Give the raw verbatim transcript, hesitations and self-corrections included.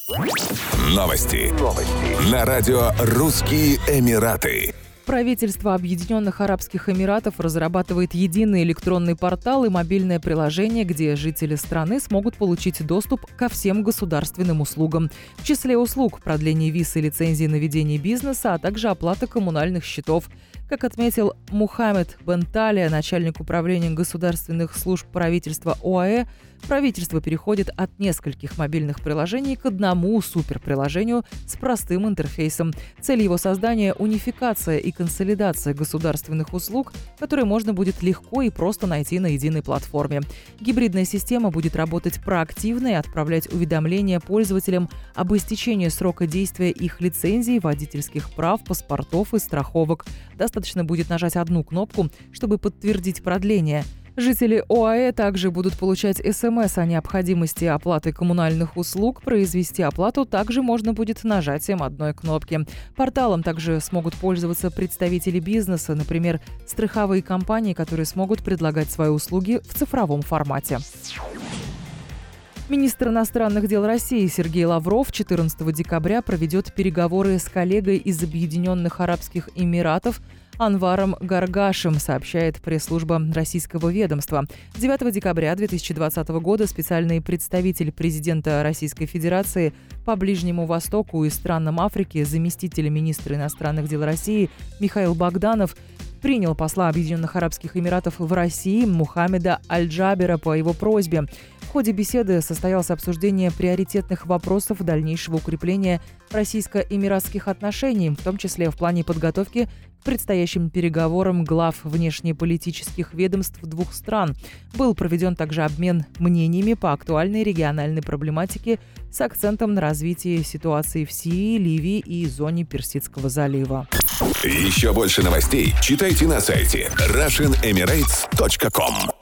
Новости. Новости. На радио «Русские Эмираты». Правительство Объединенных Арабских Эмиратов разрабатывает единый электронный портал и мобильное приложение, где жители страны смогут получить доступ ко всем государственным услугам. В числе услуг продление виз и лицензии на ведение бизнеса, а также оплата коммунальных счетов. Как отметил Мухаммед бен Талия, начальник управления государственных служб правительства ОАЭ, правительство переходит от нескольких мобильных приложений к одному суперприложению с простым интерфейсом. Цель его создания – унификация и консолидация государственных услуг, которые можно будет легко и просто найти на единой платформе. Гибридная система будет работать проактивно и отправлять уведомления пользователям об истечении срока действия их лицензий, водительских прав, паспортов и страховок. Достаточно будет нажать одну кнопку, чтобы подтвердить продление. Жители ОАЭ также будут получать СМС о необходимости оплаты коммунальных услуг. Произвести оплату также можно будет нажатием одной кнопки. Порталом также смогут пользоваться представители бизнеса, например, страховые компании, которые смогут предлагать свои услуги в цифровом формате. Министр иностранных дел России Сергей Лавров четырнадцатого декабря проведет переговоры с коллегой из Объединенных Арабских Эмиратов Анваром Гаргашем, сообщает пресс-служба российского ведомства. девятого декабря две тысячи двадцатого года специальный представитель президента Российской Федерации по Ближнему Востоку и странам Африки, заместитель министра иностранных дел России Михаил Богданов принял посла Объединенных Арабских Эмиратов в России Мухаммеда Аль-Джабера по его просьбе. В ходе беседы состоялось обсуждение приоритетных вопросов дальнейшего укрепления российско-эмиратских отношений, в том числе в плане подготовки к предстоящим переговорам глав внешнеполитических ведомств двух стран. Был проведен также обмен мнениями по актуальной региональной проблематике с акцентом на развитие ситуации в Сирии, Ливии и зоне Персидского залива. Еще больше новостей читайте на сайте Russian Emirates точка ком.